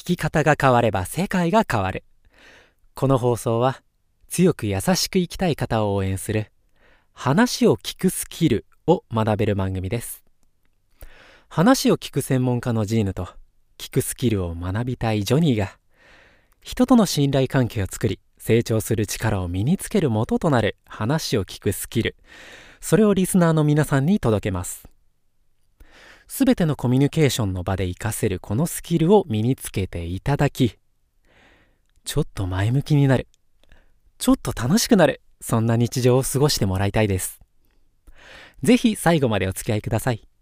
聞き方が変われば世界が変わる。この放送は強く優しく生きたい方を応援する話を聞くスキルを学べる番組です。話を聞く専門家のジーヌと聞くスキルを学びたいジョニーが人との信頼関係を作り成長する力を身につける元となる話を聞くスキル、それをリスナーの皆さんに届けます。すべてのコミュニケーションの場で活かせるこのスキルを身につけていただき、ちょっと前向きになる、ちょっと楽しくなる、そんな日常を過ごしてもらいたいです。ぜひ最後までお付き合いください。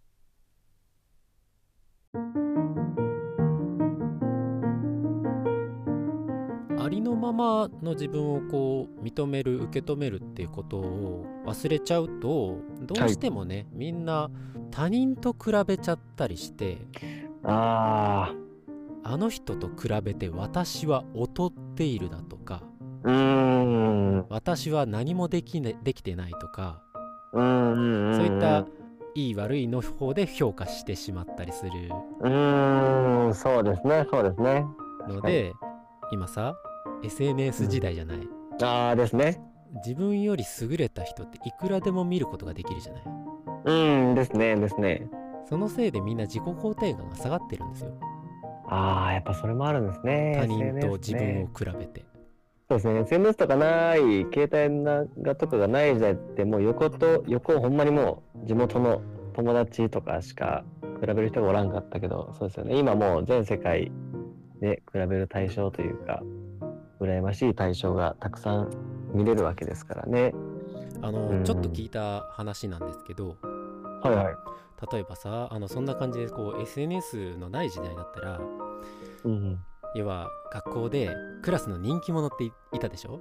ありのままの自分を認める、受け止めるっていうことを忘れちゃうと、どうしてもね、みんな他人と比べちゃったりして、あの人と比べて私は劣っているだとか、私は何もできてないとか、そういったいい悪いの方で評価してしまったりする。 そうですね、そうですね。 ので、今さ、SNS 時代じゃない。 ですね。 自分より優れた人っていくらでも見ることができるじゃない。 ですね、ですね。 そのせいでみんな自己肯定感が下がってるんですよ。 やっぱそれもあるんですね。 他人と自分を比べて。 そうですね、SNS とかない、携帯とかがない時代ってもう横をほんまにもう地元の友達とかしか比べる人がおらんかったけど、そうですよね。今もう全世界で比べる対象というか、羨ましい対象がたくさん見れるわけですからね。 ちょっと聞いた話なんですけど、例えばさ、そんな感じでSNS のない時代だったら、要は学校でクラスの人気者っていたでしょ。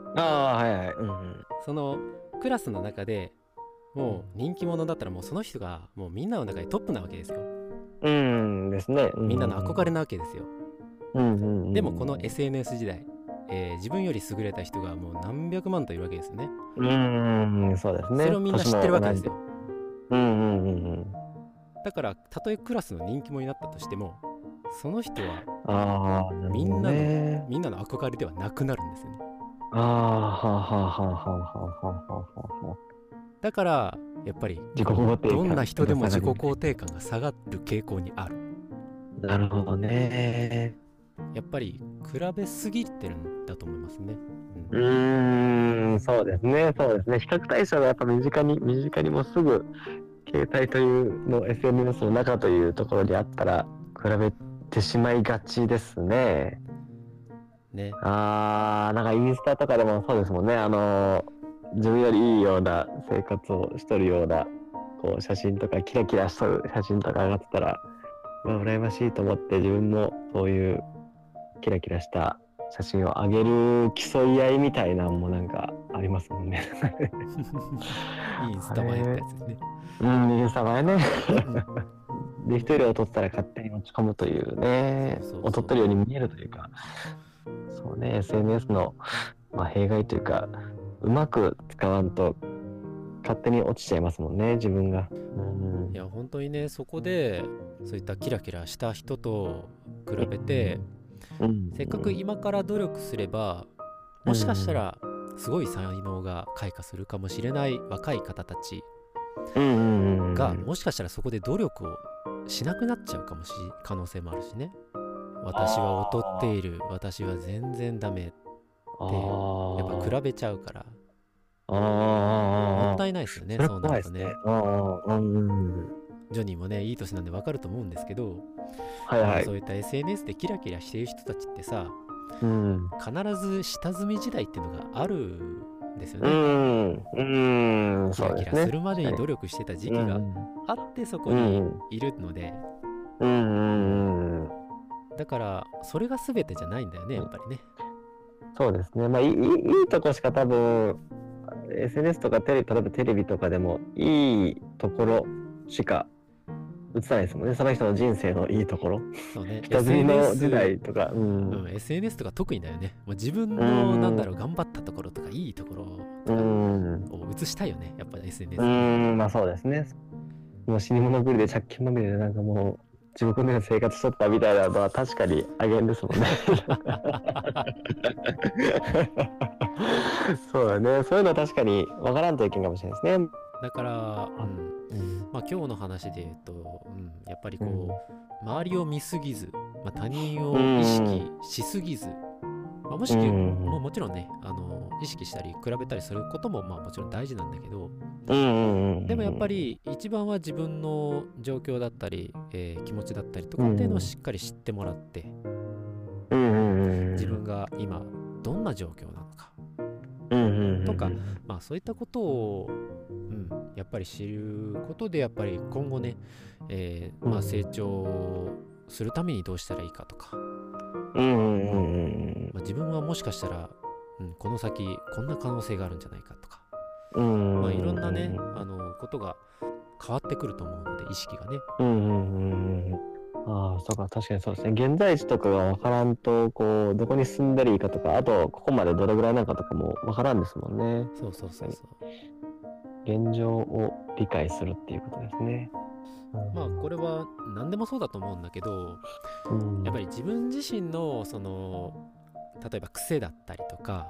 そのクラスの中でもう人気者だったらもうその人がもうみんなの中でトップなわけですよ。 ですね。 みんなの憧れなわけですよ。でもこの SNS 時代、自分より優れた人がもう何百万といるわけですよね。 そうですね。 それをみんな知ってるわけですよ。だからたとえクラスの人気者になったとしても、その人はみんなの憧れではなくなるんですよね。だからやっぱりどんな人でも自己肯定感が下がる傾向にある。 なるほどね。 やっぱり比べすぎてるんだと思いますね。 そうですね、そうですね。比較対象がやっぱ身近にもすぐ携帯というの SNS の中というところにあったら比べてしまいがちですね。なんかインスタとかでもそうですもんね。自分よりいいような生活をしとるような写真とかキラキラしとる写真とか上がってたら、羨ましいと思って自分もそういうキラキラした写真を上げる競い合いみたいなのもなんかありますもんね。 インスタ映えってやつですね。 インスタ映えね。で、一人を撮ったら勝手に持ち込むというね、劣ってるように見えるというか、そうね、SNS の、弊害というか、うまく使わんと勝手に落ちちゃいますもんね、自分が。 いや本当にね、そこでそういったキラキラした人と比べて、せっかく今から努力すれば、もしかしたらすごい才能が開花するかもしれない若い方たちが、もしかしたらそこで努力をしなくなっちゃう可能性もあるしね。私は劣っている、私は全然ダメってやっぱ比べちゃうから、もったいないですよね。そうなるとね。ジョニーもね、いい年なんで分かると思うんですけど、そういった SNS でキラキラしている人たちってさ、必ず下積み時代っていうのがあるんですよね。キラキラするまでに努力してた時期があってそこにいるので、だからそれが全てじゃないんだよね、やっぱりね。 そうですね。いいとこしか多分 SNS とか例えばテレビとかでもいいところしか映さないですもんね。その人の人生のいいところ。 そうね。 下積みの時代とか、 SNS とか特にだよね。もう自分の頑張ったところとかいいところとかを映したいよね。やっぱり SNS。 そうですね。もう死に物狂いで借金まみれでなんかもう地獄のような生活しとったみたいなのは確かにあげんですもんね。そうだね。そういうのは確かに分からんといけんかもしれないですね。 だから、 うんまあ今日の話で言うと、やっぱりこう、 うん周りを見すぎず、他人を意識しすぎず、もしくももちろんね、意識したり比べたりすることももちろん大事なんだけど、でもやっぱり一番は自分の状況だったり、気持ちだったりとかっていうのをしっかり知ってもらって、自分が今どんな状況なのかとか、そういったことを、やっぱり知ることでやっぱり今後ね、成長するためにどうしたらいいかとか、自分はもしかしたら、この先こんな可能性があるんじゃないかとか、いろんなねことが変わってくると思うので、意識がね。 ああ、そうか、確かにそうですね。現在地とかが分からんと、こう、どこに住んだらいいかとか、あと、ここまでどれぐらいなのかとかも分からんですもんね。 そう。 現状を理解するっていうことですね。 これは何でもそうだと思うんだけど、やっぱり自分自身の例えば癖だったりとか、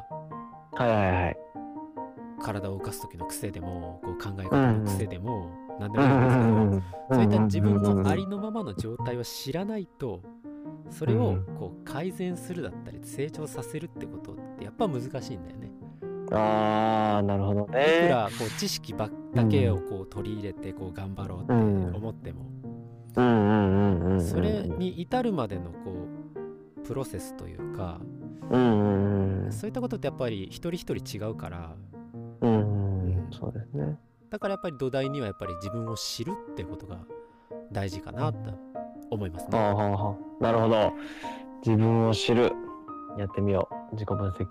体を動かす時の癖でも、こう考え方の癖でも、何でもいいんですけど、そういった自分のありのままの状態を知らないと、それをこう改善するだったり成長させるってことってやっぱ難しいんだよね。 ああ、なるほどね。 いくらこう知識だけをこう取り入れてこう頑張ろうって思っても、それに至るまでのこうプロセスというか、そういったことってやっぱり一人一人違うから、 そうですね。 だからやっぱり土台にはやっぱり自分を知るってことが大事かなと思いますね。 なるほど。自分を知る。やってみよう。自己分析。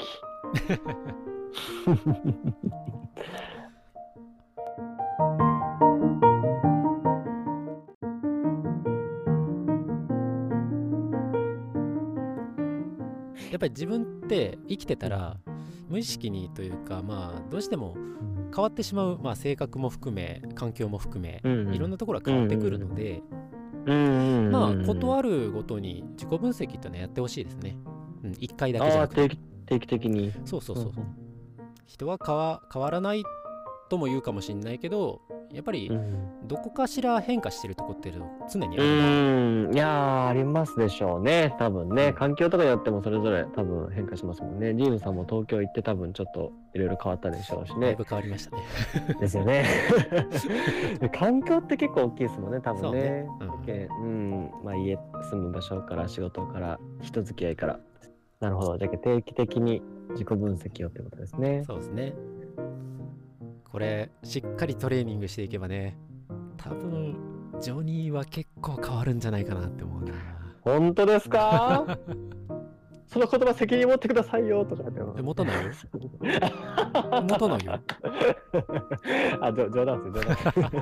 やっぱり自分って生きてたら無意識にというか、どうしても変わってしまう、性格も含め環境も含め、いろんなところが変わってくるので、ことあるごとに自己分析ってのはやってほしいですね。1回だけじゃなくて定期的に。 そう。人は変わらないとも言うかもしれないけど、やっぱりどこかしら変化してるとこって常にある。 いやー、ありますでしょうね。多分ね、環境とかによってもそれぞれ多分変化しますもんね。ジーヌさんも東京行って多分ちょっといろいろ変わったでしょうしね。 だいぶ変わりましたね。 ですよね。環境って結構大きいですもんね、多分ね。家住む場所から仕事から人付き合いから。なるほど。じゃあ定期的に自己分析をってことですね。 そうですね。これしっかりトレーニングしていけばね、多分ジョニーは結構変わるんじゃないかなって思うな。 本当ですか？その言葉責任持ってくださいよとかって。 持たないよ。持たないよ。 あ、冗談です。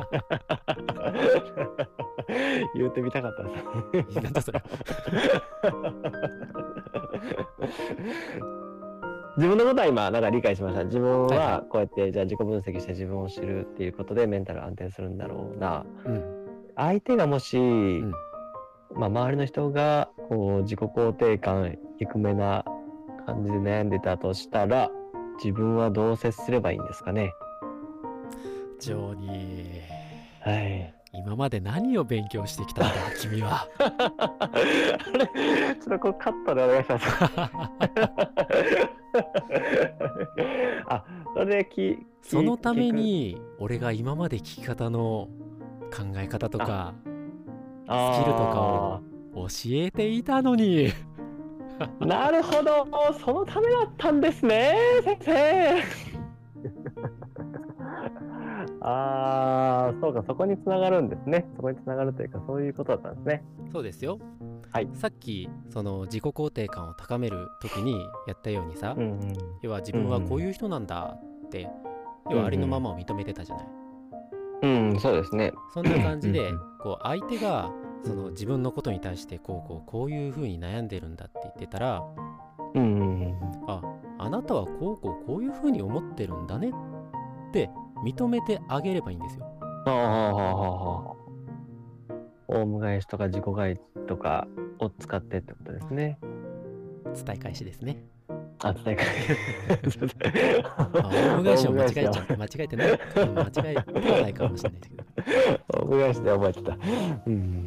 言ってみたかったです。 なんだそれ。 自分のことは今なんか理解しました。自分はこうやってじゃあ自己分析して自分を知るっていうことでメンタル安定するんだろうな。相手がもし、周りの人がこう自己肯定感低めな感じで悩んでたとしたら、自分はどう接すればいいんですかね。 ジョニー。今まで何を勉強してきたんだ君は。 あれ、ちょっとこうカットでお願いします。あ、 そのために俺が今まで聞き方の考え方とかスキルとかを教えていたのに。 なるほど、そのためだったんですね、先生。そうか、そこにつながるんですね。そこにつながるというか、そういうことだったんですね。 そうですよ。さっきその自己肯定感を高める時にやったようにさ、要は自分はこういう人なんだって、要はありのままを認めてたじゃない。 そうですね。 そんな感じでこう相手がその自分のことに対してこういう風に悩んでるんだって言ってたら、あなたはこういう風に思ってるんだねって認めてあげればいいんですよ。 オウム返しとか自己返しとかを使ってってことですね。 伝え返しですね。 あ、伝え返オウム返しを間違えオウム返しちゃう。間違えてない。間違えてはないかもしれないけど。 オウム返しで覚えてた。うん。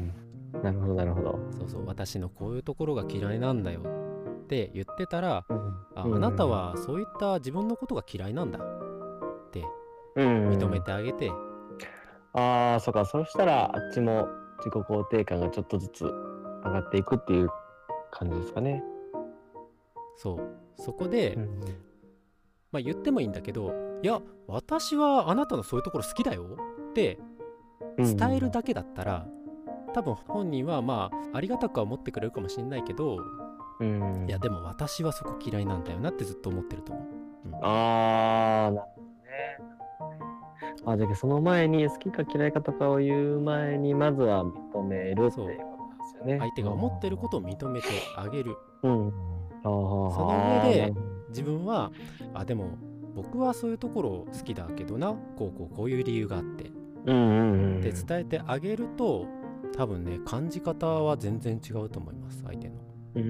なるほど、なるほど。 そうそう、私のこういうところが嫌いなんだよって言ってたら、あなたはそういった自分のことが嫌いなんだって認めてあげて、 ああ、そうか。そしたら、あっちも自己肯定感がちょっとずつ上がっていくっていう感じですかね。 そこで、まあ言ってもいいんだけど、いや、私はあなたのそういうところ好きだよって伝えるだけだったら、多分本人はまあありがたくは思ってくれるかもしれないけど、いやでも私はそこ嫌いなんだよなってずっと思ってると思う。 ああ、なるほどね。あ、じゃあその前に好きか嫌いかとかを言う前にまずは認めるっていうことなんですよね。 相手が思ってることを認めてあげる。 その上で自分はでも僕はそういうところ好きだけどな、こういう理由があってって伝えてあげると、多分ね感じ方は全然違うと思います、相手の。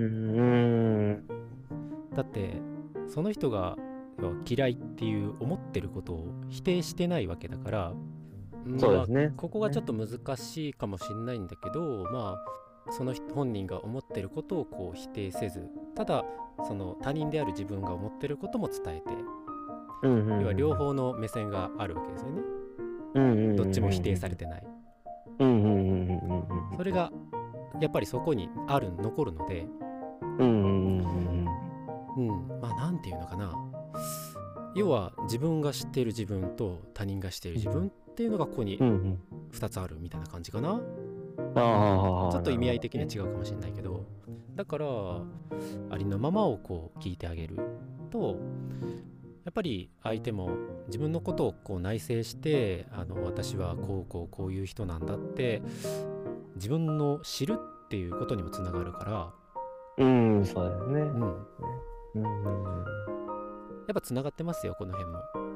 だってその人が嫌いっていう思ってることを否定してないわけだから、 そうですね。 ここがちょっと難しいかもしれないんだけど、まあその本人が思ってることをこう否定せず、ただその他人である自分が思ってることも伝えて、要は両方の目線があるわけですよね。どっちも否定されてない。それがやっぱりそこに残るので、まあなんていうのかな、要は自分が知っている自分と他人が知っている自分っていうのがここに2つあるみたいな感じかな。ちょっと意味合い的には違うかもしれないけど、だからありのままをこう聞いてあげると、やっぱり相手も自分のことをこう内省して、私はこういう人なんだって自分の知るっていうことにもつながるから。 そうですね。 やっぱつながってますよ、この辺も。